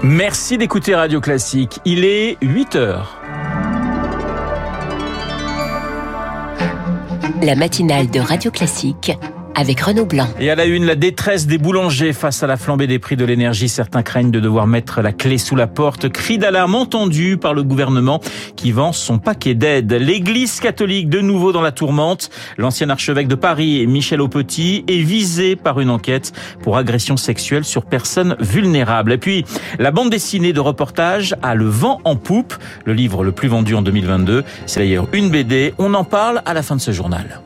Merci d'écouter Radio Classique. Il est 8h. La matinale de Radio Classique avec Renaud Blanc. Et à la une, la détresse des boulangers face à la flambée des prix de l'énergie. Certains craignent de devoir mettre la clé sous la porte. Cri d'alarme entendu par le gouvernement qui vend son paquet d'aides. L'Église catholique de nouveau dans la tourmente. L'ancien archevêque de Paris, Michel Aupetit, est visé par une enquête pour agression sexuelle sur personnes vulnérables. Et puis, la bande dessinée de reportage a le vent en poupe. Le livre le plus vendu en 2022. C'est d'ailleurs une BD. On en parle à la fin de ce journal.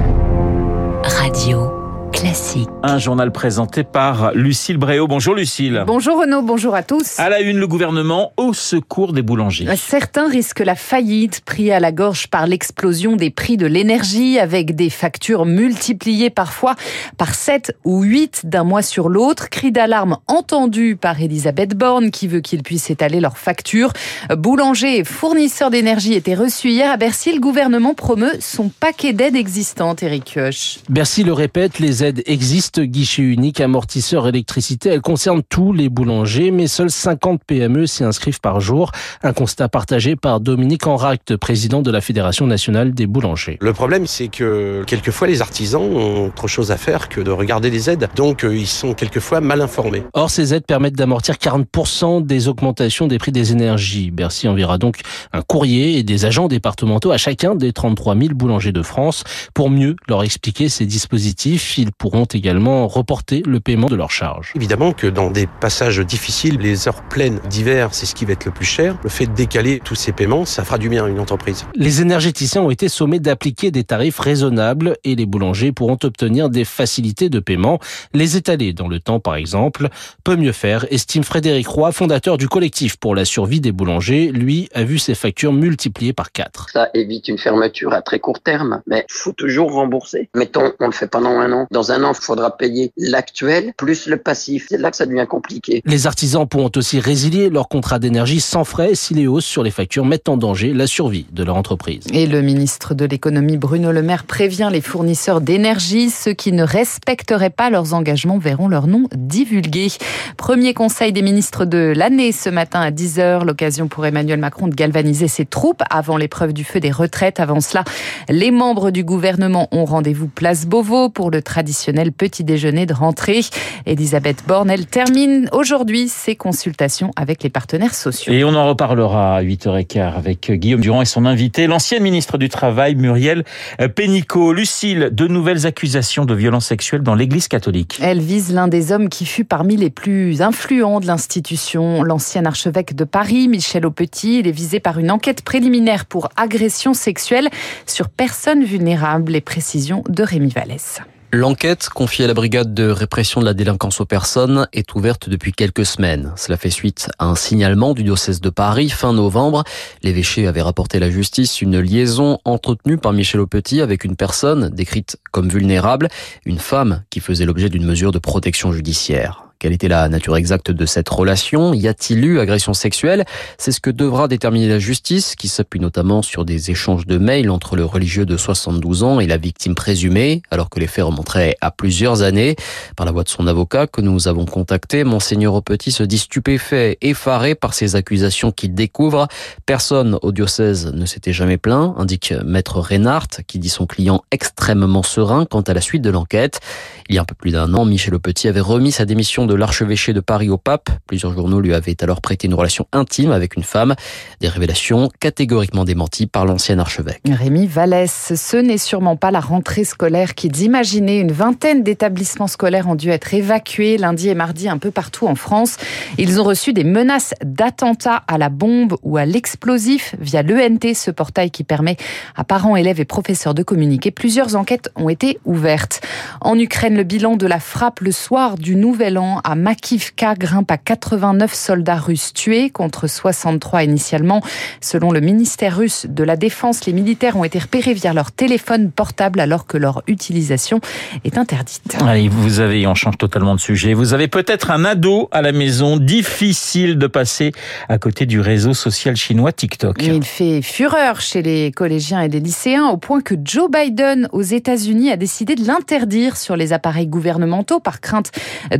Radio Classique. Un journal présenté par Lucille Bréau. Bonjour Lucille. Bonjour Renaud, bonjour à tous. À la une, le gouvernement au secours des boulangers. Certains risquent la faillite, pris à la gorge par l'explosion des prix de l'énergie, avec des factures multipliées parfois par 7 ou 8 d'un mois sur l'autre. Cri d'alarme entendu par Elisabeth Borne qui veut qu'ils puissent étaler leurs factures. Boulangers et fournisseurs d'énergie étaient reçus hier à Bercy. Le gouvernement promeut son paquet d'aides existantes, Éric Kioch. Bercy le répète, les aides existent, guichet unique, amortisseur, électricité. Elles concernent tous les boulangers, mais seuls 50 PME s'y inscrivent par jour. Un constat partagé par Dominique Enract, président de la Fédération nationale des boulangers. Le problème, c'est que quelquefois les artisans ont autre chose à faire que de regarder les aides. Donc ils sont quelquefois mal informés. Or, ces aides permettent d'amortir 40% des augmentations des prix des énergies. Bercy enverra donc un courrier et des agents départementaux à chacun des 33 000 boulangers de France pour mieux leur expliquer ces dispositifs. Ils pourront également reporter le paiement de leurs charges. Évidemment que dans des passages difficiles, les heures pleines d'hiver, c'est ce qui va être le plus cher. Le fait de décaler tous ces paiements, ça fera du bien à une entreprise. Les énergéticiens ont été sommés d'appliquer des tarifs raisonnables et les boulangers pourront obtenir des facilités de paiement. Les étaler dans le temps, par exemple, peut mieux faire, estime Frédéric Roy, fondateur du collectif pour la survie des boulangers. Lui a vu ses factures multipliées par 4. Ça évite une fermeture à très court terme, mais il faut toujours rembourser. Mettons, on le fait pendant un an. Dans un an, il faudra payer l'actuel plus le passif. C'est là que ça devient compliqué. Les artisans pourront aussi résilier leur contrat d'énergie sans frais si les hausses sur les factures mettent en danger la survie de leur entreprise. Et le ministre de l'économie Bruno Le Maire prévient les fournisseurs d'énergie. Ceux qui ne respecteraient pas leurs engagements verront leur nom divulgué. Premier conseil des ministres de l'année ce matin à 10h. L'occasion pour Emmanuel Macron de galvaniser ses troupes avant l'épreuve du feu des retraites. Avant cela, les membres du gouvernement ont rendez-vous place Beauvau pour le traditionnel petit déjeuner de rentrée. Elisabeth Borne, elle termine aujourd'hui ses consultations avec les partenaires sociaux. Et on en reparlera à 8h15 avec Guillaume Durand et son invité, l'ancienne ministre du Travail, Muriel Pénicaud. Lucille, de nouvelles accusations de violences sexuelles dans l'Église catholique. Elle vise l'un des hommes qui fut parmi les plus influents de l'institution, l'ancien archevêque de Paris, Michel Aupetit. Il est visé par une enquête préliminaire pour agression sexuelle sur personnes vulnérables. Les précisions de Rémi Vallès. L'enquête, confiée à la brigade de répression de la délinquance aux personnes, est ouverte depuis quelques semaines. Cela fait suite à un signalement du diocèse de Paris fin novembre. L'évêché avait rapporté à la justice une liaison entretenue par Michel Aupetit avec une personne décrite comme vulnérable, une femme qui faisait l'objet d'une mesure de protection judiciaire. Quelle était la nature exacte de cette relation ? Y a-t-il eu agression sexuelle ? C'est ce que devra déterminer la justice, qui s'appuie notamment sur des échanges de mails entre le religieux de 72 ans et la victime présumée, alors que les faits remonteraient à plusieurs années. Par la voix de son avocat que nous avons contacté, Monseigneur Aupetit se dit stupéfait, effaré par ces accusations qu'il découvre. Personne au diocèse ne s'était jamais plaint, indique Maître Reinhardt, qui dit son client extrêmement serein quant à la suite de l'enquête. Il y a un peu plus d'un an, Michel Aupetit avait remis sa démission de l'archevêché de Paris au pape. Plusieurs journaux lui avaient alors prêté une relation intime avec une femme. Des révélations catégoriquement démenties par l'ancien archevêque. Rémi Vallès, ce n'est sûrement pas la rentrée scolaire qu'ils imaginaient. Une vingtaine d'établissements scolaires ont dû être évacués lundi et mardi un peu partout en France. Ils ont reçu des menaces d'attentats à la bombe ou à l'explosif via l'ENT, ce portail qui permet à parents, élèves et professeurs de communiquer. Plusieurs enquêtes ont été ouvertes. En Ukraine, le bilan de la frappe le soir du Nouvel An à Makivka grimpe à 89 soldats russes tués contre 63 initialement. Selon le ministère russe de la Défense, les militaires ont été repérés via leur téléphone portable alors que leur utilisation est interdite. Allez, on change totalement de sujet. Vous avez peut-être un ado à la maison, difficile de passer à côté du réseau social chinois TikTok. Il fait fureur chez les collégiens et les lycéens au point que Joe Biden aux États-Unis a décidé de l'interdire sur les appareils gouvernementaux par crainte de l'influence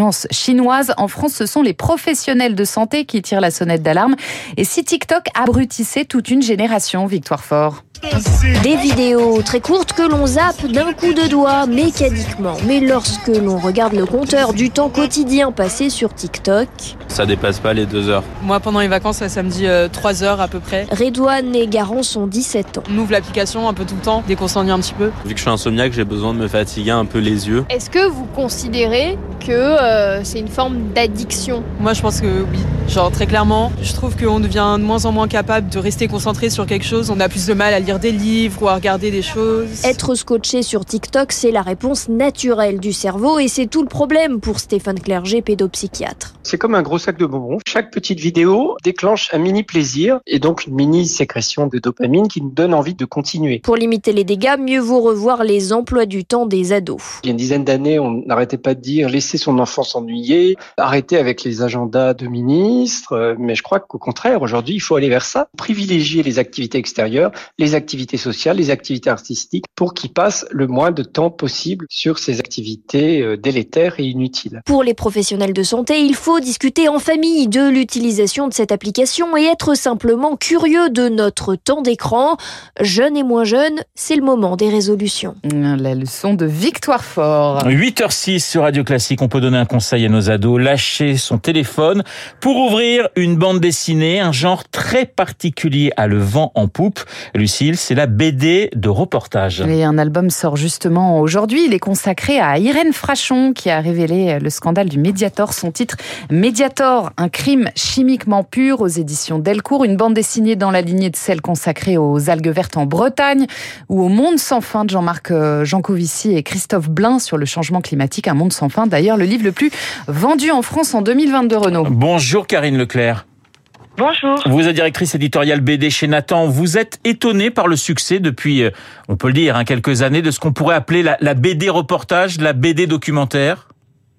l'influence chinoise. En France, ce sont les professionnels de santé qui tirent la sonnette d'alarme. Et si TikTok abrutissait toute une génération, Victoire Fort. Des vidéos très courtes que l'on zappe d'un coup de doigt mécaniquement. Mais lorsque l'on regarde le compteur du temps quotidien passé sur TikTok, ça dépasse pas les 2 heures. Moi, pendant les vacances, ça me dit 3 heures à peu près. Redouane et Garance ont 17 ans. On ouvre l'application un peu tout le temps, dès qu'on s'ennuie un petit peu. Vu que je suis insomniaque, j'ai besoin de me fatiguer un peu les yeux. Est-ce que vous considérez que c'est une forme d'addiction ? Moi, je pense que oui. Genre, très clairement, je trouve qu'on devient de moins en moins capable de rester concentré sur quelque chose. On a plus de mal à lire des livres ou à regarder des choses. Être scotché sur TikTok, c'est la réponse naturelle du cerveau et c'est tout le problème pour Stéphane Clerget, pédopsychiatre. C'est comme un gros sac de bonbons. Chaque petite vidéo déclenche un mini plaisir et donc une mini sécrétion de dopamine qui nous donne envie de continuer. Pour limiter les dégâts, mieux vaut revoir les emplois du temps des ados. Il y a une dizaine d'années, on n'arrêtait pas de dire laisser son enfant s'ennuyer, arrêter avec les agendas de ministres, mais je crois qu'au contraire, aujourd'hui, il faut aller vers ça, privilégier les activités extérieures, les activités sociales, les activités artistiques pour qu'ils passent le moins de temps possible sur ces activités délétères et inutiles. Pour les professionnels de santé, il faut discuter en famille de l'utilisation de cette application et être simplement curieux de notre temps d'écran. Jeunes et moins jeunes, c'est le moment des résolutions. La leçon de Victoire Fort. 8h06 sur Radio Classique, on peut donner un conseil à nos ados, lâcher son téléphone pour ouvrir une bande dessinée, un genre très particulier a le vent en poupe. Lucille, c'est la BD de reportage. Et un album sort justement aujourd'hui, il est consacré à Irène Frachon qui a révélé le scandale du Mediator. Son titre, Mediator, un crime chimiquement pur, aux éditions Delcourt, une bande dessinée dans la lignée de celle consacrée aux algues vertes en Bretagne ou au Monde sans fin de Jean-Marc Jancovici et Christophe Blain sur le changement climatique, un monde sans fin. D'ailleurs, le livre le plus vendu en France en 2022, Renaud. Bonjour Karine Leclerc. Bonjour. Vous êtes directrice éditoriale BD chez Nathan. Vous êtes étonnée par le succès depuis, on peut le dire, quelques années, de ce qu'on pourrait appeler la BD reportage, la BD documentaire ?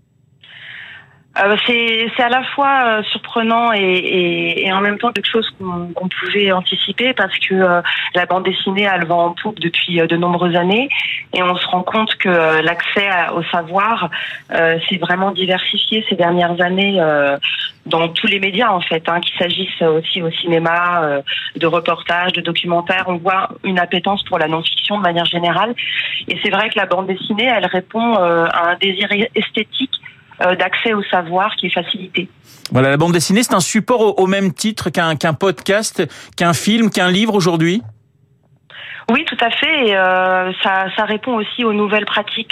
C'est à la fois surprenant et en même temps quelque chose qu'on pouvait anticiper parce que la bande dessinée a le vent en poupe depuis de nombreuses années et on se rend compte que l'accès au savoir s'est vraiment diversifié ces dernières années dans tous les médias en fait, qu'il s'agisse aussi au cinéma, de reportages, de documentaires. On voit une appétence pour la non-fiction de manière générale et c'est vrai que la bande dessinée, elle répond à un désir esthétique d'accès au savoir qui est facilité. Voilà, la bande dessinée, c'est un support au même titre qu'un podcast, qu'un film, qu'un livre aujourd'hui ? Oui, tout à fait. Et, ça répond aussi aux nouvelles pratiques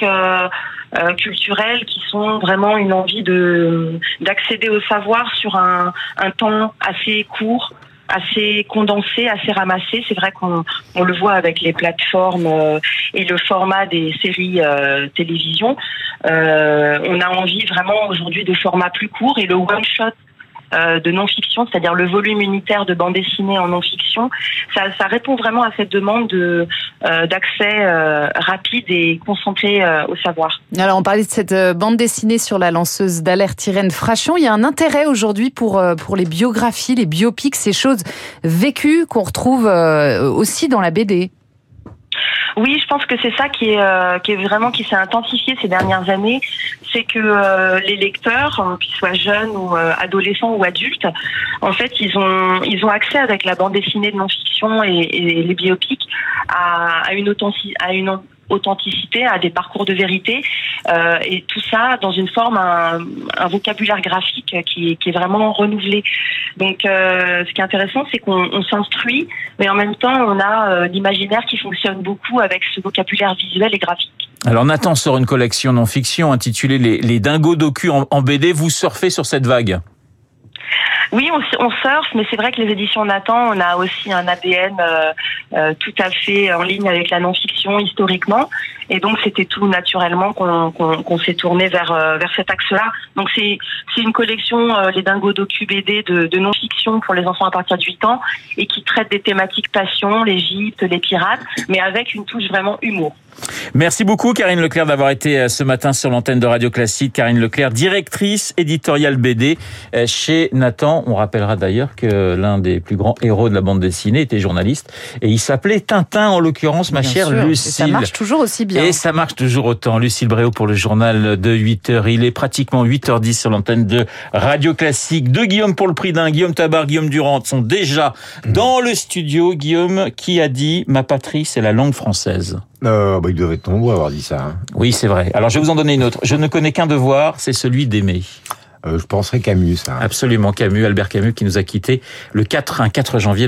culturelles qui sont vraiment une envie d'accéder au savoir sur un temps assez court, assez condensé, assez ramassé. C'est vrai qu'on le voit avec les plateformes et le format des séries télévision. On a envie vraiment aujourd'hui de formats plus courts et le one-shot de non-fiction, c'est-à-dire le volume unitaire de bande dessinée en non-fiction, ça répond vraiment à cette demande d'accès rapide et concentré au savoir. Alors on parlait de cette bande dessinée sur la lanceuse d'alerte Irène Frachon. Il y a un intérêt aujourd'hui pour les biographies, les biopics, ces choses vécues qu'on retrouve aussi dans la BD. Oui, je pense que c'est ça qui s'est intensifié ces dernières années, c'est que les lecteurs, qu'ils soient jeunes ou adolescents ou adultes, en fait, ils ont accès avec la bande dessinée de non-fiction et les biopics à une authenticité, à des parcours de vérité, et tout ça dans une forme, un vocabulaire graphique qui est vraiment renouvelé. Donc, ce qui est intéressant, c'est qu'on s'instruit, mais en même temps, on a l'imaginaire qui fonctionne beaucoup avec ce vocabulaire visuel et graphique. Alors Nathan sort une collection non-fiction intitulée Les Dingos docu en BD. Vous surfez sur cette vague ? Oui, on surfe, mais c'est vrai que les éditions Nathan, on a aussi un ADN tout à fait en ligne avec la non-fiction historiquement, et donc c'était tout naturellement qu'on s'est tourné vers cet axe-là. Donc c'est une collection Les Dingos docu BD de non-fiction pour les enfants à partir de 8 ans et qui traite des thématiques passion, l'Égypte, les pirates, mais avec une touche vraiment humour. Merci beaucoup Karine Leclerc d'avoir été ce matin sur l'antenne de Radio Classique. Karine Leclerc, directrice éditoriale BD chez Nathan. On rappellera d'ailleurs que l'un des plus grands héros de la bande dessinée était journaliste et il s'appelait Tintin, en l'occurrence, ma chère Lucille. Et ça marche toujours aussi bien. Et ça marche toujours autant. Lucille Bréau pour le journal de 8h. Il est pratiquement 8h10 sur l'antenne de Radio Classique. Deux Guillaume pour le prix d'un. Guillaume Tabar, Guillaume Durand sont déjà dans le studio. Guillaume, qui a dit « Ma patrie, c'est la langue française ». Ils doivent être nombreux à avoir dit ça. Hein. Oui, c'est vrai. Alors, je vais vous en donner une autre. Je ne connais qu'un devoir, c'est celui d'aimer. Je penserais Camus, ça. Absolument, Camus, Albert Camus, qui nous a quittés le 4 janvier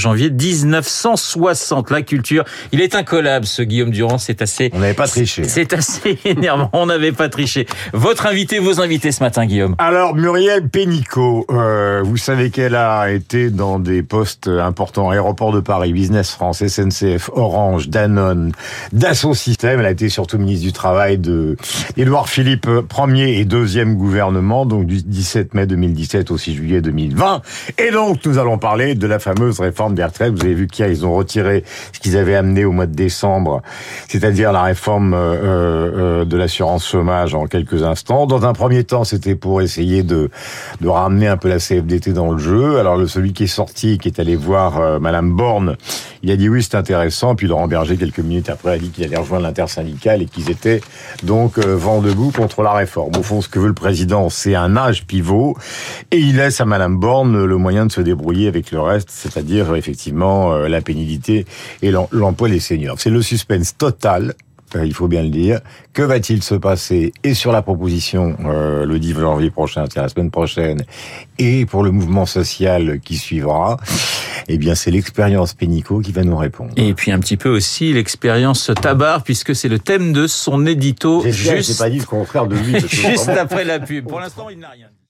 1960. La culture, il est incollable, ce Guillaume Durand, c'est assez... On n'avait pas triché. C'est assez énervant, on n'avait pas triché. Vos invités ce matin, Guillaume. Alors, Muriel Pénicaud, vous savez qu'elle a été dans des postes importants, Aéroport de Paris, Business France, SNCF, Orange, Danone, Dassault Systèmes. Elle a été surtout ministre du Travail de Édouard Philippe, premier et deuxième gouvernement, donc du 17 mai 2017 au 6 juillet 2020. Et donc, nous allons parler de la fameuse réforme des retraites. Vous avez vu qu'hier, ils ont retiré ce qu'ils avaient amené au mois de décembre, c'est-à-dire la réforme de l'assurance chômage en quelques instants. Dans un premier temps, c'était pour essayer de ramener un peu la CFDT dans le jeu. Alors, celui qui est sorti, qui est allé voir Madame Borne, il a dit oui, c'est intéressant. Puis Laurent Berger, quelques minutes après, a dit qu'il allait rejoindre l'intersyndicale et qu'ils étaient donc vent debout contre la réforme. Au fond, ce que veut le président, c'est un âge pivot, et il laisse à Madame Borne le moyen de se débrouiller avec le reste, c'est-à-dire effectivement la pénibilité et l'emploi des seniors. C'est le suspense total, il faut bien le dire. Que va-t-il se passer, et sur la proposition le 10 janvier prochain, c'est la semaine prochaine, et pour le mouvement social qui suivra? Eh bien, c'est l'expérience Pénicaud qui va nous répondre. Et puis un petit peu aussi l'expérience Tabar, puisque c'est le thème de son édito. J'ai pas dit le contraire de lui. Juste après la pub. Pour l'instant, il n'a rien dit.